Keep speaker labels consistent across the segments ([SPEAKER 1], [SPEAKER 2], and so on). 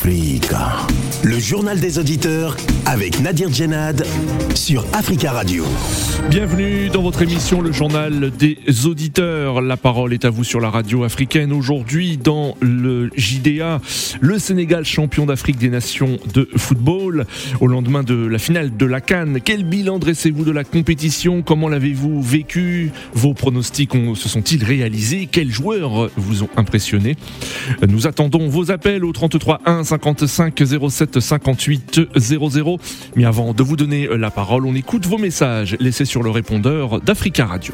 [SPEAKER 1] Africa. Le journal des auditeurs avec Nadir Djenad sur Africa Radio.
[SPEAKER 2] Bienvenue dans votre émission Le Journal des auditeurs. La parole est à vous sur la radio africaine. Aujourd'hui, dans le JDA, le Sénégal champion d'Afrique des Nations de football. Au lendemain de la finale de la CAN, quel bilan dressez-vous de la compétition ? Comment l'avez-vous vécu ? Vos pronostics se sont-ils réalisés ? Quels joueurs vous ont impressionné ? Nous attendons vos appels au 33 1 55 07 58 00. Mais avant de vous donner la parole, on écoute vos messages laissés sur le répondeur d'Africa Radio.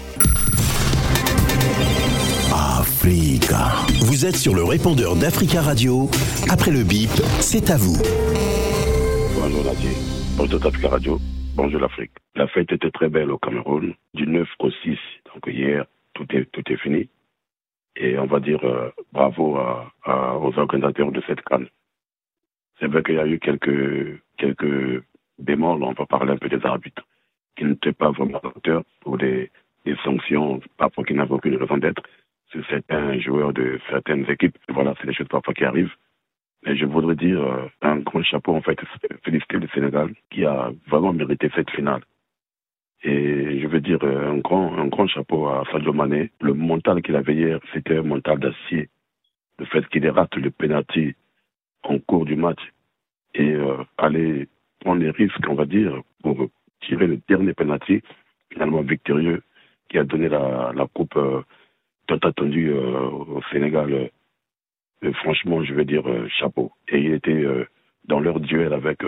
[SPEAKER 1] Africa. Vous êtes sur le répondeur d'Africa Radio. Après le bip, c'est à vous.
[SPEAKER 3] Bonjour Nadir. Bonjour d'Africa Radio. Bonjour l'Afrique. La fête était très belle au Cameroun. Du 9 au 6. Donc hier, tout est fini. Et on va dire bravo aux organisateurs de cette CAN. C'est vrai qu'il y a eu quelques bémols. On va parler un peu des arbitres qui n'étaient pas vraiment auteurs pour des sanctions parfois qui n'avaient aucune raison d'être sur certains joueurs de certaines équipes. Voilà, c'est des choses parfois qui arrivent. Mais je voudrais dire un grand chapeau, en fait, féliciter le Sénégal qui a vraiment mérité cette finale. Et je veux dire un grand chapeau à Sadio Mané. Le mental qu'il avait hier, c'était un mental d'acier. Le fait qu'il rate le penalty en cours du match et aller prendre les risques, on va dire, pour tirer le dernier penalty, finalement victorieux, qui a donné la coupe tant attendue au Sénégal. Franchement, je veux dire chapeau. Et il était dans leur duel avec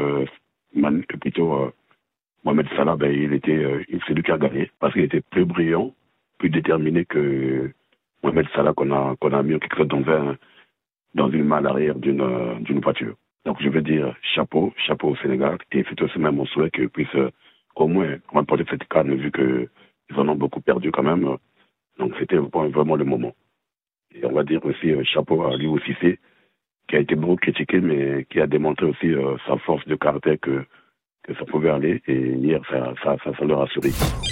[SPEAKER 3] Mohamed Salah, c'est lui qui a gagné parce qu'il était plus brillant, plus déterminé que Mohamed Salah qu'on a mis quelque chose dans une malle arrière d'une voiture. Donc je veux dire chapeau au Sénégal, et c'est aussi même mon souhait qu'ils puissent au moins remporter cette CAN vu qu'ils en ont beaucoup perdu quand même. Donc c'était vraiment le moment. Et on va dire aussi chapeau à Aliou Cissé, qui a été beaucoup critiqué, mais qui a démontré aussi sa force de caractère que ça pouvait aller. Et hier, ça leur a souri.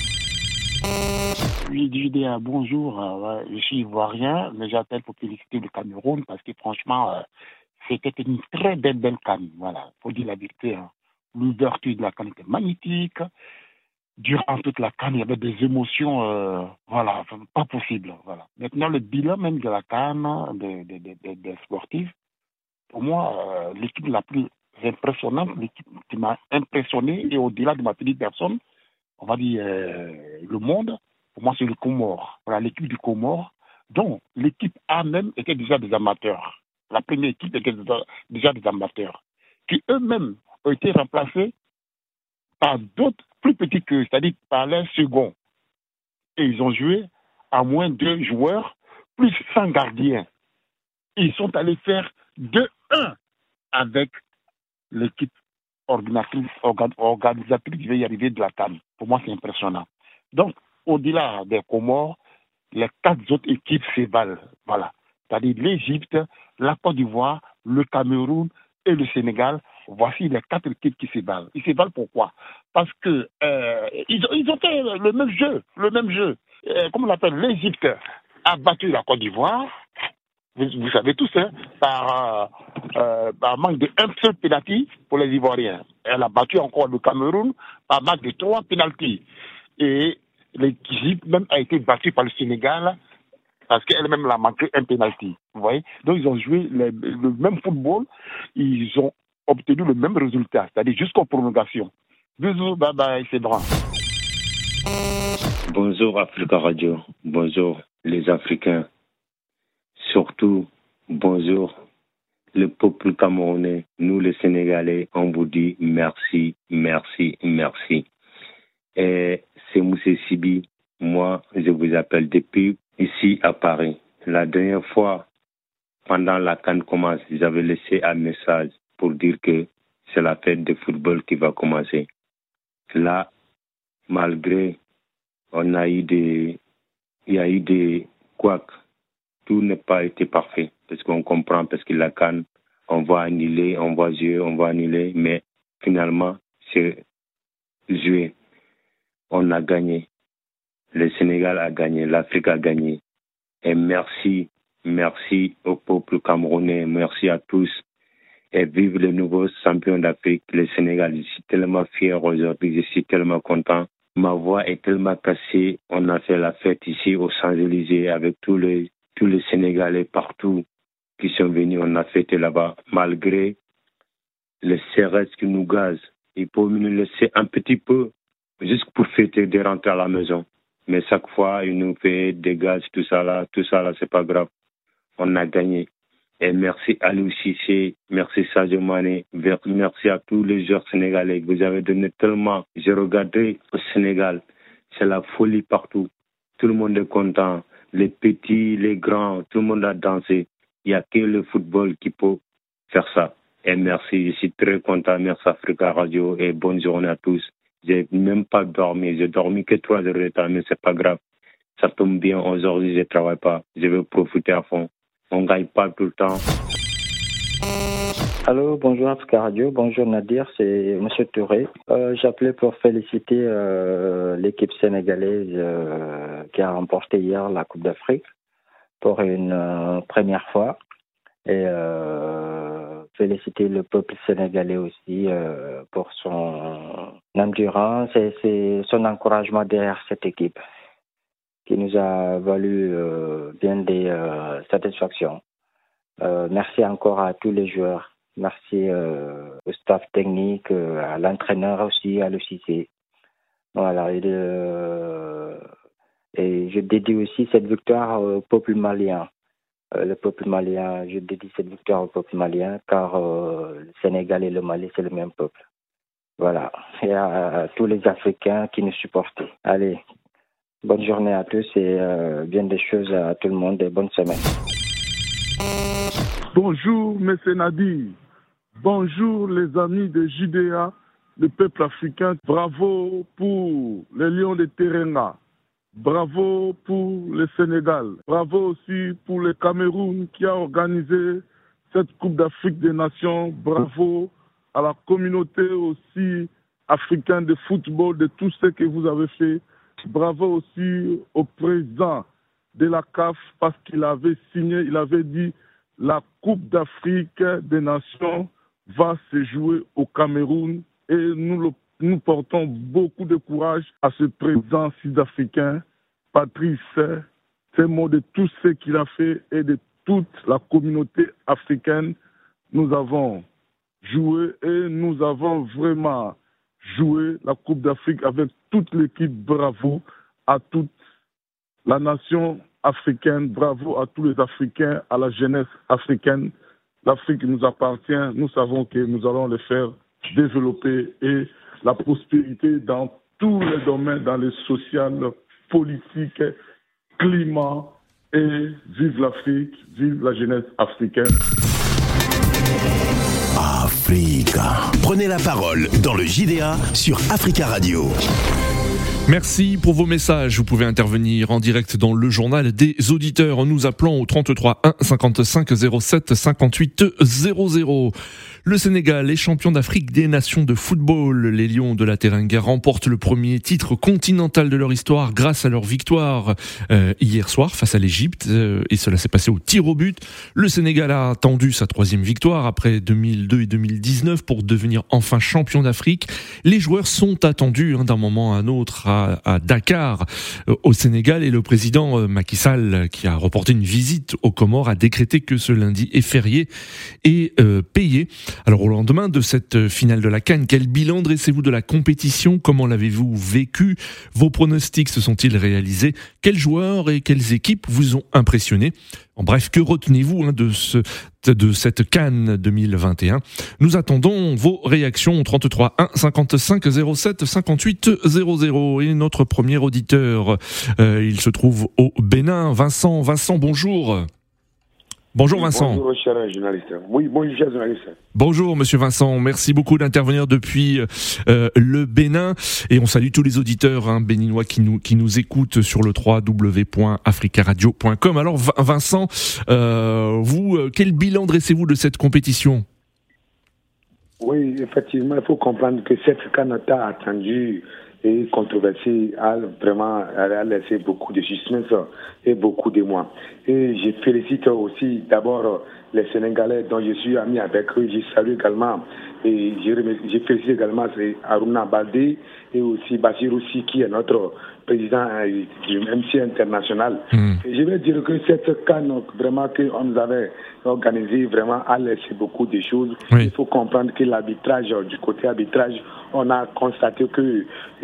[SPEAKER 4] Oui, JDA, bonjour. Je suis ivoirien, mais j'appelle pour féliciter le Cameroun parce que franchement, c'était une très belle CAN. Voilà, faut dire la vérité. Hein. L'ouverture de la CAN était magnifique. Durant toute la CAN, il y avait des émotions, pas possible. Voilà. Maintenant, le bilan même de la CAN, des sportifs, pour moi, l'équipe la plus impressionnante, l'équipe qui m'a impressionné, et au-delà de ma petite personne, on va dire le monde, pour moi, c'est le Comores. Voilà, l'équipe du Comores, dont l'équipe A même était déjà des amateurs. La première équipe était déjà des amateurs, qui eux-mêmes ont été remplacés par d'autres plus petits qu'eux, c'est-à-dire par leurs seconds. Et ils ont joué à moins 2 joueurs, plus 100 gardiens. Ils sont allés faire 2-1 avec l'équipe organisatrice qui va y arriver de la CAN. Pour moi, c'est impressionnant. Donc, au-delà des Comores, les 4 autres équipes se valent. Voilà. C'est-à-dire l'Égypte, la Côte d'Ivoire, le Cameroun et le Sénégal. Voici les 4 équipes qui se valent. Ils se valent pourquoi ? Parce que ils ont fait le même jeu. Comment on l'appelle ? L'Égypte a battu la Côte d'Ivoire. Vous savez tous, hein, par manque d'un seul penalty pour les Ivoiriens. Elle a battu encore le Cameroun par manque de 3 penaltys. Et l'Égypte même a été battue par le Sénégal parce qu'elle-même a manqué un penalty. Vous voyez ? Donc ils ont joué le même football, ils ont obtenu le même résultat, c'est-à-dire jusqu'aux prolongations. Bisous, bye bye, c'est bon.
[SPEAKER 5] Bonjour Africa Radio, bonjour les Africains. Surtout, bonjour le peuple camerounais, nous les Sénégalais, on vous dit merci. Et c'est Moussé Sibi, moi je vous appelle depuis ici à Paris. La dernière fois, pendant la CAN commence, j'avais laissé un message pour dire que c'est la fête de football qui va commencer. Là, malgré, il y a eu des couacs. Tout n'a pas été parfait, parce qu'on comprend, parce que la CAN, on va annuler, on va jouer, on va annuler, mais finalement, c'est joué. On a gagné. Le Sénégal a gagné, l'Afrique a gagné. Et merci au peuple camerounais, merci à tous. Et vive le nouveau champion d'Afrique, le Sénégal. Je suis tellement fier aujourd'hui, je suis tellement content. Ma voix est tellement cassée. On a fait la fête ici aux Champs-Élysées avec tous les Sénégalais partout qui sont venus. On a fêté là-bas malgré le CRS qui nous gaze. Il faut nous laisser un petit peu juste pour fêter de rentrer à la maison. Mais chaque fois, il nous fait des gaz, tout ça là, c'est pas grave. On a gagné. Et merci à Aliou Cissé, merci Sadio Mané, merci à tous les joueurs sénégalais. Vous avez donné tellement. J'ai regardé au Sénégal, c'est la folie partout. Tout le monde est content. Les petits, les grands, tout le monde a dansé. Il n'y a que le football qui peut faire ça. Et merci, je suis très content. Merci Africa Radio et bonne journée à tous. J'ai même pas dormi. J'ai dormi que 3 heures de temps, mais c'est pas grave. Ça tombe bien. Aujourd'hui, je travaille pas. Je vais profiter à fond. On gagne pas tout le temps.
[SPEAKER 6] Allô, bonjour Africa Radio, bonjour Nadir, c'est Monsieur Touré. J'appelais pour féliciter l'équipe sénégalaise qui a remporté hier la Coupe d'Afrique pour une première fois. Et féliciter le peuple sénégalais aussi pour son endurance et son encouragement derrière cette équipe, qui nous a valu bien des satisfactions. Merci encore à tous les joueurs. Merci au staff technique, à l'entraîneur aussi, à Aliou Cissé. Voilà. Et je dédie aussi cette victoire au peuple malien. Le peuple malien, je dédie cette victoire au peuple malien, car le Sénégal et le Mali, c'est le même peuple. Voilà. Et à tous les Africains qui nous supportent. Allez. Bonne journée à tous et bien des choses à tout le monde et bonne semaine.
[SPEAKER 7] Bonjour, M. Nadir. Bonjour, les amis de JDA, le peuple africain. Bravo pour les Lions de Teranga. Bravo pour le Sénégal. Bravo aussi pour le Cameroun qui a organisé cette Coupe d'Afrique des Nations. Bravo à la communauté aussi africaine de football, de tout ce que vous avez fait. Bravo aussi au président de la CAF parce qu'il avait signé, il avait dit la Coupe d'Afrique des Nations va se jouer au Cameroun et nous portons beaucoup de courage à ce président sud-africain, Patrice. Ces mots de tout ce qu'il a fait et de toute la communauté africaine, nous avons joué et nous avons vraiment joué la Coupe d'Afrique avec toute l'équipe. Bravo à toute la nation africaine, bravo à tous les Africains, à la jeunesse africaine. L'Afrique nous appartient, nous savons que nous allons le faire développer et la prospérité dans tous les domaines, dans le social, politique, climat, et vive l'Afrique, vive la jeunesse africaine.
[SPEAKER 1] Africa. Prenez la parole dans le JDA sur Africa Radio.
[SPEAKER 2] Merci pour vos messages. Vous pouvez intervenir en direct dans le journal des auditeurs en nous appelant au 33 1 55 07 58 00. Le Sénégal est champion d'Afrique des Nations de football. Les Lions de la Teranga remportent le premier titre continental de leur histoire grâce à leur victoire hier soir face à l'Égypte. Et cela s'est passé au tir au but. Le Sénégal a attendu sa 3e victoire après 2002 et 2019 pour devenir enfin champion d'Afrique. Les joueurs sont attendus d'un moment à un autre à Dakar, au Sénégal, et le président Macky Sall, qui a reporté une visite aux Comores, a décrété que ce lundi est férié et payé. Alors, au lendemain de cette finale de la CAN, quel bilan dressez-vous de la compétition ? Comment l'avez-vous vécu ? Vos pronostics se sont-ils réalisés ? Quels joueurs et quelles équipes vous ont impressionné ? En bref, que retenez-vous de cette CAN 2021 ? Nous attendons vos réactions au 33 1 55 07 58 00. Et notre premier auditeur, il se trouve au Bénin. Vincent, bonjour. Bonjour Vincent.
[SPEAKER 8] Bonjour cher journaliste. Oui, bonjour cher journaliste.
[SPEAKER 2] Bonjour Monsieur Vincent, merci beaucoup d'intervenir depuis le Bénin, et on salue tous les auditeurs béninois qui nous écoutent sur le www.africaradio.com. Alors Vincent, vous, quel bilan dressez-vous de cette compétition ?
[SPEAKER 8] Oui, effectivement, il faut comprendre que cette canata attendue et controversée a laissé beaucoup de suspense et beaucoup de moi. Et je félicite aussi d'abord les Sénégalais dont je suis ami avec eux. Je salue également et je félicite également Aruna Baldé et aussi Bachir aussi qui est notre président du MC international. Et je vais dire que cette CAN vraiment qu'on nous avait organisé vraiment a laissé beaucoup de choses. Il faut comprendre que l'arbitrage, du côté arbitrage, on a constaté que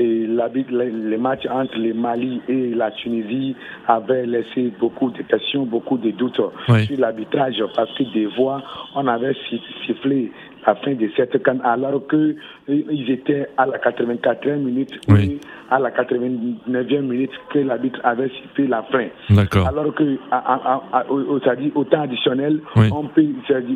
[SPEAKER 8] les matchs entre le Mali et la Tunisie avaient laissé beaucoup de questions, beaucoup de doutes sur l'arbitrage parce que des fois, on avait sifflé la fin de cette CAN alors qu'ils étaient à la 84e minute et à la 89e minute que l'arbitre avait sifflé la fin.
[SPEAKER 2] D'accord.
[SPEAKER 8] Alors que au temps additionnel, on peut,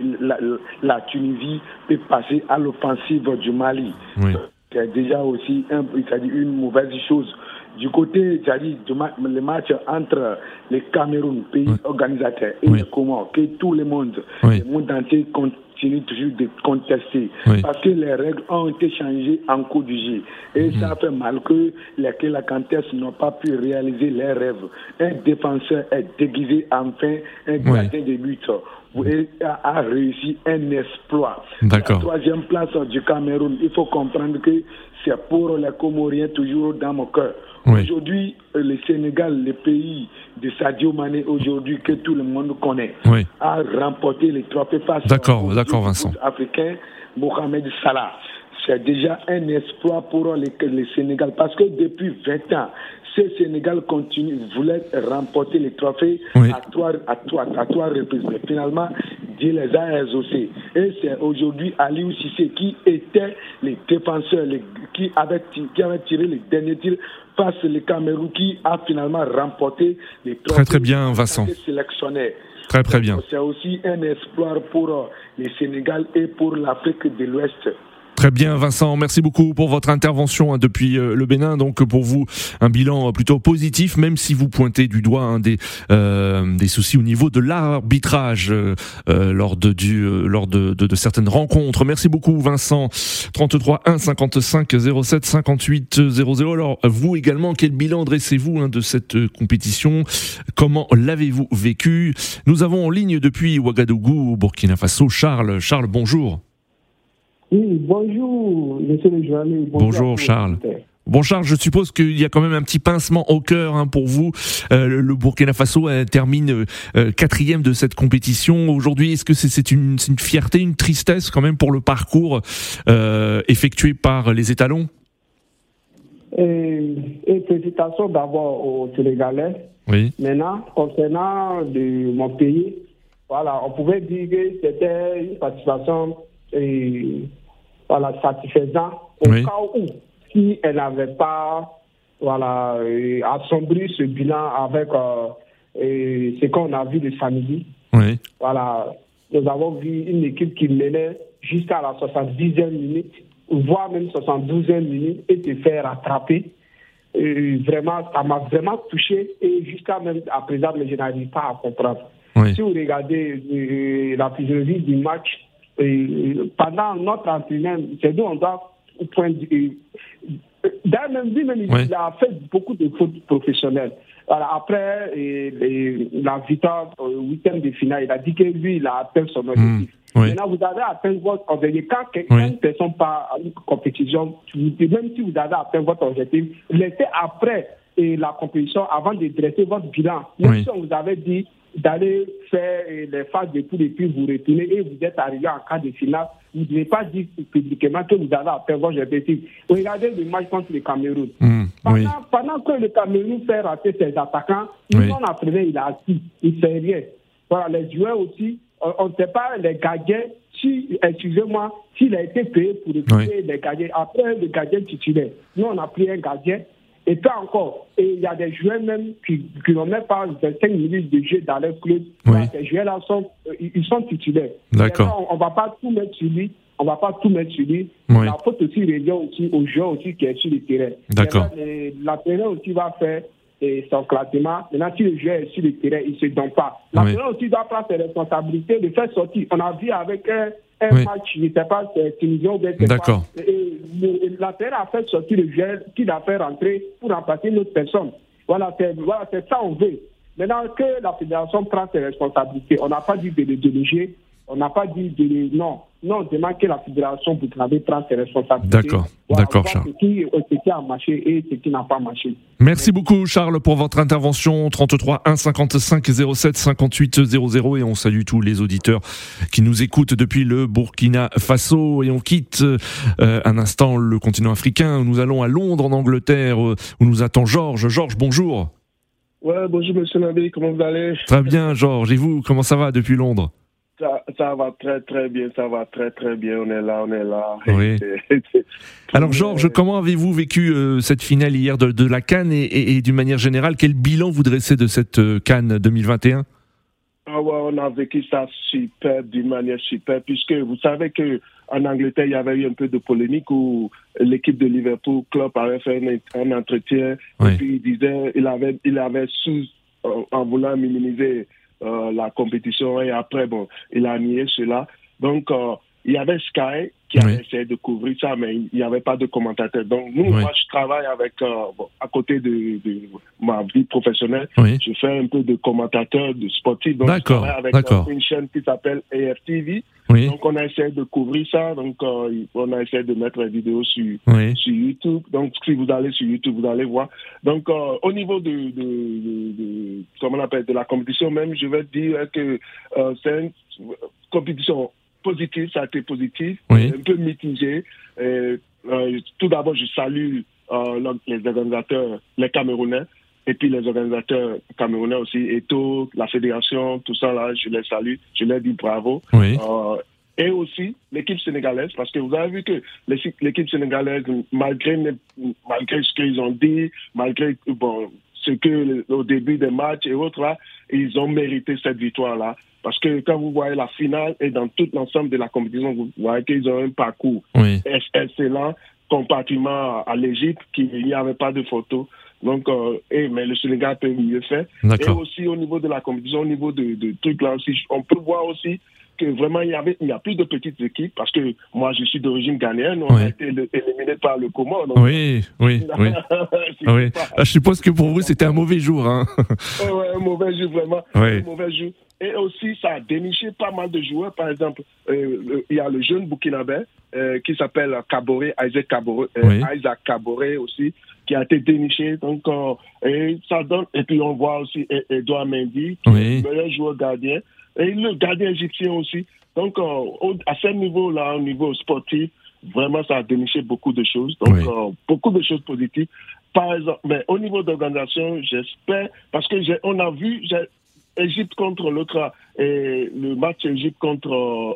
[SPEAKER 8] la Tunisie peut passer à l'offensive du Mali. C'est déjà aussi une mauvaise chose. Du côté, le match entre les Cameroun, pays organisateur, et les Comores, que tout le monde entier continue toujours de contester. Parce que les règles ont été changées en cours du jeu. Et ça fait mal que la Cantes n'ont pas pu réaliser leurs rêves. Un défenseur est déguisé enfin un gardien de but. Et a réussi un exploit.
[SPEAKER 2] D'accord.
[SPEAKER 8] La 3e place du Cameroun, il faut comprendre que c'est pour les Comoriens toujours dans mon cœur. Aujourd'hui, le Sénégal, le pays de Sadio Mané, aujourd'hui que tout le monde connaît, a remporté les trophées face au
[SPEAKER 2] Vincent.
[SPEAKER 8] Africain Mohamed Salah. C'est déjà un exploit pour le Sénégal parce que depuis 20 ans, ce Sénégal voulait remporter les trophées à trois reprises. Mais finalement, Dieu les a exaucés. Et c'est aujourd'hui Aliou Cissé qui était le défenseur, qui avait tiré les derniers tirs face au Cameroun, qui a finalement remporté les trophées.
[SPEAKER 2] Très bien, Vincent.
[SPEAKER 8] Sélectionnaire.
[SPEAKER 2] Très bien.
[SPEAKER 8] C'est aussi un espoir pour le Sénégal et pour l'Afrique de l'Ouest.
[SPEAKER 2] Très bien, Vincent. Merci beaucoup pour votre intervention depuis le Bénin. Donc, pour vous, un bilan plutôt positif, même si vous pointez du doigt des soucis au niveau de l'arbitrage lors de certaines rencontres. Merci beaucoup, Vincent. 33 1 55 07 58 00. Alors, vous également, quel bilan dressez-vous de cette compétition? Comment l'avez-vous vécu? Nous avons en ligne depuis Ouagadougou, Burkina Faso, Charles. Charles, bonjour.
[SPEAKER 9] Oui, bonjour, monsieur le journaliste.
[SPEAKER 2] Bonjour Charles. Bon Charles, je suppose qu'il y a quand même un petit pincement au cœur pour vous. Le Burkina Faso termine 4e de cette compétition. Aujourd'hui, est-ce que c'est une fierté, une tristesse quand même pour le parcours effectué par les étalons?
[SPEAKER 9] Et félicitations d'abord aux Sénégalais.
[SPEAKER 2] Oui.
[SPEAKER 9] Maintenant, concernant mon pays, voilà, on pouvait dire que c'était une participation satisfaisant au cas où si elle n'avait pas assombri ce bilan avec ce qu'on a vu le samedi. Voilà, nous avons vu une équipe qui menait jusqu'à la 70e minute, voire même 72e minute, et se faire rattraper. Vraiment, ça m'a vraiment touché et jusqu'à même à présent, je n'arrive pas à comprendre. Si vous regardez la physiologie du match, pendant notre entraînement, c'est d'où on doit prendre. Il a fait beaucoup de fautes professionnelles. Voilà, après la victoire au 8e de finale, il a dit que lui, il a atteint son objectif. Maintenant, vous avez atteint votre objectif. Quand une personne part à une compétition, même si vous avez atteint votre objectif, laissez après la compétition avant de dresser votre bilan. Même si on vous avait dit d'aller faire les phases de poules et puis vous retournez et vous êtes arrivé en quart de finale, vous ne devez pas dire publiquement que vous avez atteint votre objectif. Regardez le match contre le Cameroun. Pendant que le Cameroun fait rater ses attaquants, son entraîneur il a assis, il ne fait rien. Voilà, les joueurs aussi, on ne sait pas les gardiens, excusez-moi, s'il a été payé pour recruter les gardiens. Après le gardien titulaire, nous on a pris un gardien. Et puis encore, il y a des joueurs même qui n'ont même pas 25 minutes de jeu dans leur club. Ces joueurs-là ils sont titulaires.
[SPEAKER 2] D'accord.
[SPEAKER 9] On ne va pas tout mettre sur lui. La faute aussi revient aussi aux joueurs aussi qui est sur le terrain.
[SPEAKER 2] D'accord.
[SPEAKER 9] L'entraîneur aussi va faire son classement. Maintenant, si le joueur est sur le terrain, il ne se donne pas. L'entraîneur aussi doit prendre ses responsabilités de faire sortir. On a vu avec un match, je ne sais pas, c'est Tunisien ou bien c'est
[SPEAKER 2] D'accord.
[SPEAKER 9] L'entraîneur a fait sortir le joueur qu'il a fait rentrer pour remplacer une autre personne. Voilà, c'est ça on veut. Maintenant que la fédération prend ses responsabilités, on n'a pas dit de les déloger, on n'a pas dit de les... Non, on demande que la fédération burkinabé prenne ses responsabilités.
[SPEAKER 2] D'accord, Charles.
[SPEAKER 9] Ce qui a marché et ce qui n'a pas marché.
[SPEAKER 2] Merci beaucoup, Charles, pour votre intervention. 33 1 55 07 58 00 et on salue tous les auditeurs qui nous écoutent depuis le Burkina Faso et on quitte un instant le continent africain. Nous allons à Londres, en Angleterre, où nous attend Georges. Georges, bonjour.
[SPEAKER 10] Ouais, bonjour Monsieur Nabi, comment vous allez?
[SPEAKER 2] Très bien, Georges. Et vous, comment ça va depuis Londres?
[SPEAKER 10] Ça va très bien, ça va très bien, on est là.
[SPEAKER 2] Oui. Alors Georges, comment avez-vous vécu cette finale hier de la CAN et d'une manière générale, quel bilan vous dressez de cette CAN 2021?
[SPEAKER 10] Ah ouais, on a vécu ça d'une manière super, puisque vous savez que en Angleterre, il y avait eu un peu de polémique où l'équipe de Liverpool, Klopp, avait fait un entretien et puis il disait il avait en voulant minimiser la compétition et après, il a nié cela. Donc, il y avait Sky qui avait essayé de couvrir ça, mais il n'y avait pas de commentateur. Donc, moi, je travaille avec, à côté de ma vie professionnelle, je fais un peu de commentateur, de sportif. Donc, je travaille avec une chaîne qui s'appelle AFTV. Donc, on a essayé de couvrir ça. Donc, on a essayé de mettre les vidéos sur YouTube. Donc, si vous allez sur YouTube, vous allez voir. Donc, au niveau comment on appelle, de la compétition même, je vais dire que c'est une compétition positive, ça a été positif, un peu mitigé. Tout d'abord, je salue les organisateurs, les Camerounais, et puis les organisateurs camerounais aussi, Eto, la fédération, tout ça là, je les salue, je leur dis bravo. Et aussi l'équipe sénégalaise, parce que vous avez vu que l'équipe sénégalaise, malgré ce qu'ils ont dit, malgré ce que au début des matchs et autres là, ils ont mérité cette victoire-là. Parce que quand vous voyez la finale et dans tout l'ensemble de la compétition, vous voyez qu'ils ont un parcours excellent comparativement à l'Égypte, il n'y avait pas de photo. Donc, mais le Sénégal peut mieux faire. Et aussi au niveau de la compétition, au niveau de trucs là aussi, on peut voir aussi que vraiment il y a plus de petites équipes parce que moi je suis d'origine ghanéenne, on a été éliminé par le Comore. Donc...
[SPEAKER 2] Oui. Je suppose que pour vous c'était un mauvais jour. Hein.
[SPEAKER 10] Un mauvais jour vraiment. Un mauvais jour. Et aussi ça a déniché pas mal de joueurs. Par exemple, il y a le jeune Burkinabé qui s'appelle Isaac Kaboré aussi, qui a été déniché. Donc et ça donne. Et puis on voit aussi Edouard Mendy, qui est le meilleur joueur gardien. Et le gardien égyptien aussi. Donc, à ce niveau-là, au niveau sportif, vraiment, ça a déniché beaucoup de choses. Donc, beaucoup de choses positives. Par exemple, mais au niveau d'organisation, j'espère, parce que on a vu Égypte contre l'autre, et le match Égypte contre,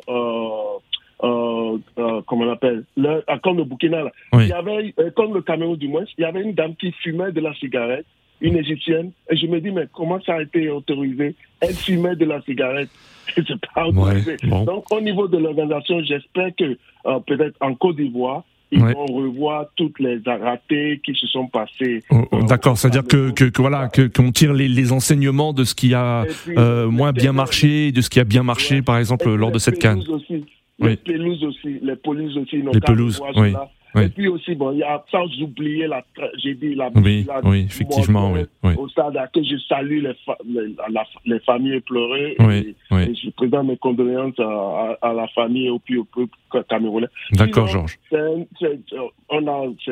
[SPEAKER 10] comment on appelle, contre le Burkina, là. Il y avait, contre le Cameroun du moins, il y avait une dame qui fumait de la cigarette, une Égyptienne, et je me dis, mais comment ça a été autorisé? Elle fumait de la cigarette, c'est pas autorisé. Donc, au niveau de l'organisation, j'espère que peut-être en Côte d'Ivoire, ils vont revoir toutes les ratés qui se sont passés.
[SPEAKER 2] D'accord, c'est-à-dire qu'on tire les enseignements de ce qui a moins bien marché, de ce qui a bien marché, par exemple, lors de cette CAN.
[SPEAKER 10] Les pelouses aussi, les pelouses aussi.
[SPEAKER 2] Les pelouses,
[SPEAKER 10] Et puis aussi, il y a sans oublier la
[SPEAKER 2] effectivement,
[SPEAKER 10] au stade que je salue les familles éplorées et je présente mes condoléances à la famille et au peuple camerounais.
[SPEAKER 2] D'accord, Georges.
[SPEAKER 10] On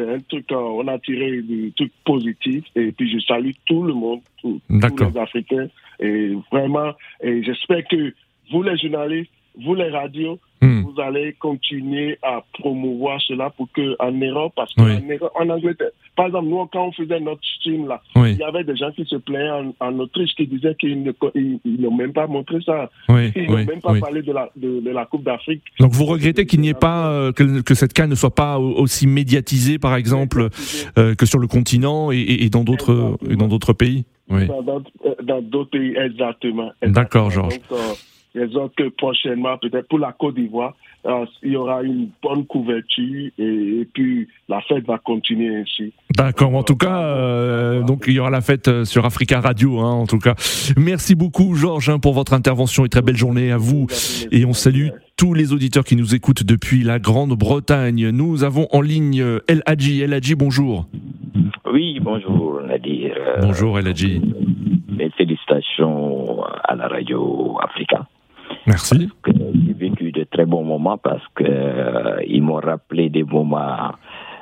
[SPEAKER 10] a tiré du truc positif et puis je salue tout le monde, tous les Africains et vraiment, et j'espère que vous les journalistes, vous les radios, vous allez continuer à promouvoir cela pour que en Europe, parce qu'en Angleterre, par exemple, nous, quand on faisait notre stream là, il y avait des gens qui se plaignaient en Autriche qui disaient qu'ils n'ont même pas montré ça. Ils n'ont même pas parlé de la Coupe d'Afrique.
[SPEAKER 2] Donc vous regrettez qu'il n'y ait pas, que cette CAN ne soit pas aussi médiatisée, par exemple, que sur le continent et dans d'autres pays?
[SPEAKER 10] Dans d'autres pays, exactement.
[SPEAKER 2] D'accord, Georges.
[SPEAKER 10] Les autres, prochainement, peut-être pour la Côte d'Ivoire, il y aura une bonne couverture et puis la fête va continuer ainsi.
[SPEAKER 2] D'accord, en tout cas, donc il y aura la fête sur Africa Radio, en tout cas. Merci beaucoup, Georges, pour votre intervention et très belle journée à vous. Et on salue tous les auditeurs qui nous écoutent depuis la Grande-Bretagne. Nous avons en ligne El Hadji. El Hadji, bonjour.
[SPEAKER 11] Oui, bonjour, Nadir.
[SPEAKER 2] Bonjour, El Hadji.
[SPEAKER 11] mes félicitations à la radio Africa.
[SPEAKER 2] Merci.
[SPEAKER 11] J'ai vécu de très bons moments parce que ils m'ont rappelé des moments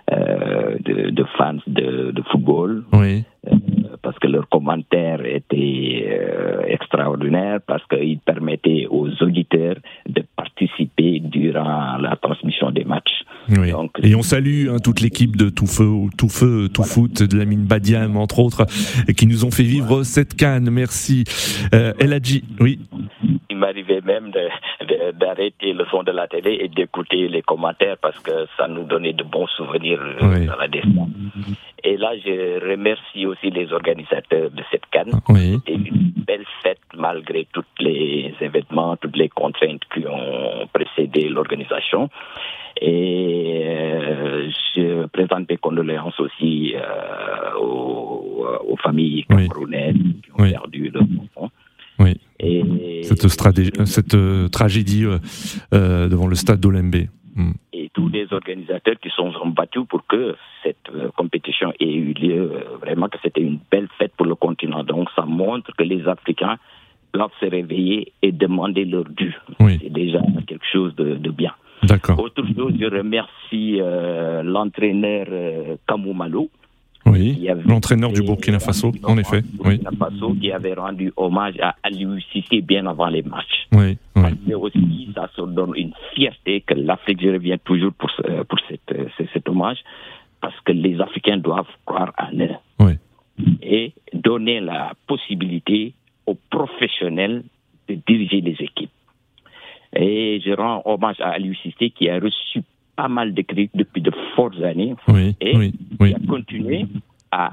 [SPEAKER 11] de fans de football.
[SPEAKER 2] Oui.
[SPEAKER 11] Parce que leurs commentaires étaient extraordinaires, parce qu'ils permettaient aux auditeurs de participer durant la transmission des matchs.
[SPEAKER 2] Oui. Donc, et on salue toute l'équipe de Tout Foot, de Lamine Badiam, entre autres, qui nous ont fait vivre cette CAN. Merci. Eladji, oui.
[SPEAKER 11] Il m'arrivait même d'arrêter le son de la télé et d'écouter les commentaires parce que ça nous donnait de bons souvenirs dans la descente. Et là, je remercie aussi les organisateurs de cette CAN.
[SPEAKER 2] Oui.
[SPEAKER 11] C'était une belle fête malgré tous les événements, toutes les contraintes qui ont précédé l'organisation. Et je présente mes condoléances aussi aux familles camerounaises qui ont perdu leurs enfants.
[SPEAKER 2] Oui. Et cette tragédie devant le stade d'Olembe.
[SPEAKER 11] Et tous les organisateurs qui sont battus pour que cette compétition ait eu lieu, vraiment que c'était une belle fête pour le continent. Donc ça montre que les Africains doivent se réveiller et demander leur dû.
[SPEAKER 2] Oui.
[SPEAKER 11] C'est déjà quelque chose de bien.
[SPEAKER 2] D'accord.
[SPEAKER 11] Autre chose, je remercie l'entraîneur Kamou Malo.
[SPEAKER 2] Oui, l'entraîneur du Burkina Faso, en effet.
[SPEAKER 11] Burkina Faso qui avait rendu hommage à Aliou Cissé bien avant les matchs.
[SPEAKER 2] Oui.
[SPEAKER 11] Mais aussi, ça se donne une fierté que l'Afrique, je reviens toujours pour cet hommage, parce que les Africains doivent croire en eux.
[SPEAKER 2] Oui.
[SPEAKER 11] Et donner la possibilité aux professionnels de diriger les équipes. Et je rends hommage à Aliou Cissé qui a reçu pas mal de critiques depuis de fortes années et qui a continué à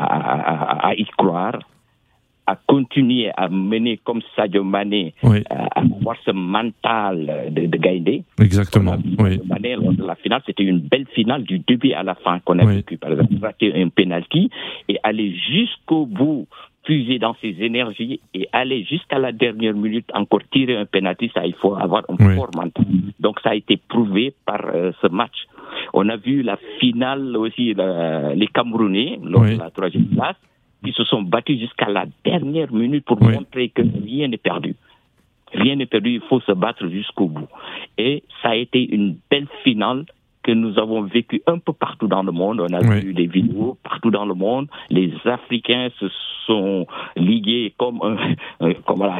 [SPEAKER 11] y croire, à continuer à mener comme Sadio Mané, à avoir ce mental de Gaïndé.
[SPEAKER 2] Exactement.
[SPEAKER 11] Mané, lors de la finale, c'était une belle finale du début à la fin qu'on a vécu. Par exemple, rater un penalty et aller jusqu'au bout, puiser dans ses énergies et aller jusqu'à la dernière minute encore tirer un penalty, ça il faut avoir un fort mental. Donc ça a été prouvé par ce match. On a vu la finale aussi, les Camerounais, lors de la 3e place, qui se sont battus jusqu'à la dernière minute pour montrer que rien n'est perdu. Rien n'est perdu, il faut se battre jusqu'au bout. Et ça a été une belle finale que nous avons vécu un peu partout dans le monde. On a vu des vidéos partout dans le monde. Les Africains se sont ligués comme un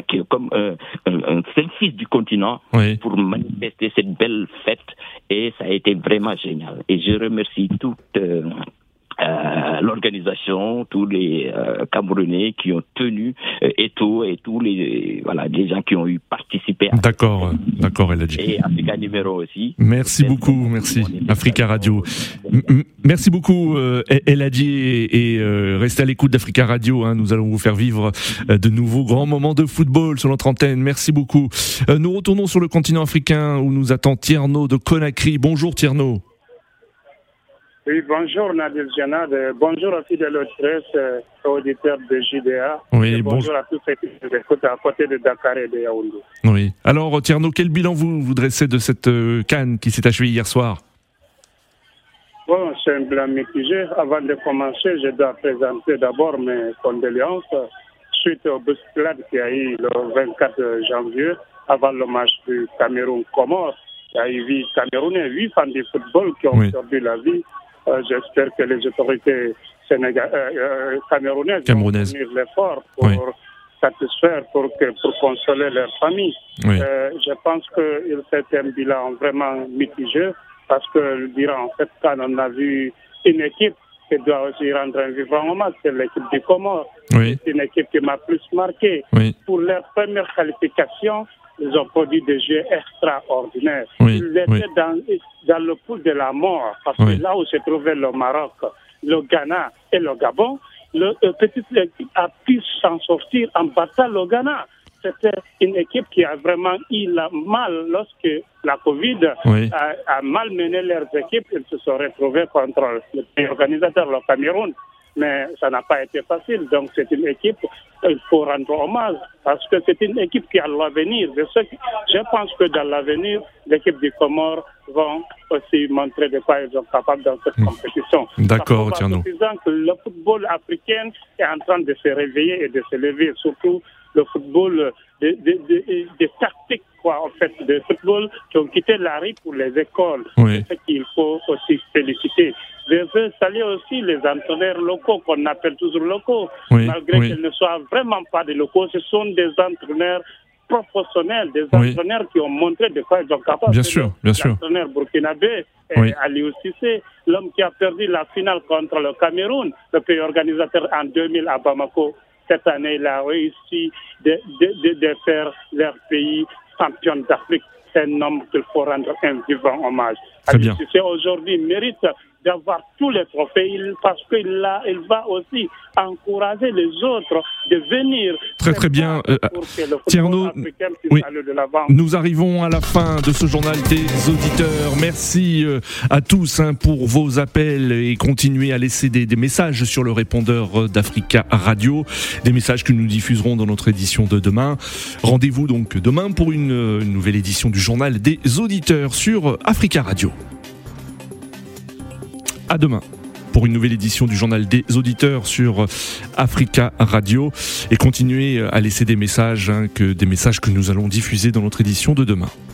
[SPEAKER 11] seul fils du continent pour manifester cette belle fête. Et ça a été vraiment génial. Et je remercie toute l'organisation, tous les Camerounais qui ont tenu et tous les gens qui ont eu participé.
[SPEAKER 2] D'accord, Eladji.
[SPEAKER 11] Et Africa Numéro aussi.
[SPEAKER 2] Merci beaucoup, merci. Africa Radio. Merci beaucoup, Eladji, et restez à l'écoute d'Africa Radio. Nous allons vous faire vivre de nouveaux grands moments de football sur notre antenne. Merci beaucoup. Nous retournons sur le continent africain où nous attend Tierno de Conakry. Bonjour Tierno.
[SPEAKER 12] Oui, bonjour Nadir Djenad, bonjour aux fidèles auditrices et auditeurs de JDA.
[SPEAKER 2] Oui,
[SPEAKER 12] bonjour à tous ceux qui nous écoutent à côté de Dakar et de Yaoundé.
[SPEAKER 2] Oui. Alors Tierno, quel bilan vous dressez de cette CAN qui s'est achevée hier soir?
[SPEAKER 12] Bon, c'est un bilan mitigé. Avant de commencer, je dois présenter d'abord mes condoléances suite au bousculade qu'il y a eu le 24 janvier avant le match du Cameroun-Comores. Il y a eu 8 Camerounais, 8 fans de football qui ont perdu la vie. J'espère que les autorités camerounaises vont fournir l'effort pour satisfaire, pour consoler leurs familles. Je pense qu'il fait un bilan vraiment mitigé parce que durant cette CAN, on a vu une équipe qui doit aussi rendre un vivant hommage, c'est l'équipe du Comores. C'est une équipe qui m'a plus marqué. Pour leur première qualification, ils ont produit des jeux extraordinaires. Ils étaient dans le pool de la mort, parce que là où se trouvait le Maroc, le Ghana et le Gabon, petite équipe a pu s'en sortir en battant le Ghana. C'était une équipe qui a vraiment eu mal lorsque la Covid a malmené leurs équipes. Ils se sont retrouvés contre le pays organisateur, le Cameroun. mais ça n'a pas été facile. Donc c'est une équipe, il faut rendre hommage, parce que c'est une équipe qui a l'avenir. Je pense que dans l'avenir, l'équipe des Comores vont aussi montrer de quoi ils sont capables dans cette compétition.
[SPEAKER 2] D'accord, Tierno.
[SPEAKER 12] C'est suffisant que le football africain est en train de se réveiller et de se lever, surtout le football des tactiques, en fait, de football qui ont quitté la rue pour les écoles.
[SPEAKER 2] Oui.
[SPEAKER 12] C'est ce qu'il faut aussi féliciter. Je veux saluer aussi les entraîneurs locaux, qu'on appelle toujours locaux, malgré qu'ils ne soient vraiment pas des locaux. Ce sont des entraîneurs professionnels, des entraîneurs qui ont montré de quoi ils sont capables.
[SPEAKER 2] Bien sûr.
[SPEAKER 12] L'entraîneur burkinabé, Aliou Cissé, l'homme qui a perdu la finale contre le Cameroun, le pays organisateur en 2000 à Bamako. Cette année, il a réussi de faire leur pays champion d'Afrique. C'est un homme qu'il faut rendre un vivant hommage. Aliou Cissé aujourd'hui mérite d'avoir tous les trophées parce qu'il va aussi encourager les autres de venir.
[SPEAKER 2] Très bien. Tierno, nous arrivons à la fin de ce journal des auditeurs. Merci à tous pour vos appels et continuez à laisser des messages sur le répondeur d'Africa Radio, des messages que nous diffuserons dans notre édition de demain. Rendez-vous donc demain pour une nouvelle édition du journal des auditeurs sur Africa Radio. À demain pour une nouvelle édition du journal des auditeurs sur Africa Radio et continuez à laisser des messages que nous allons diffuser dans notre édition de demain.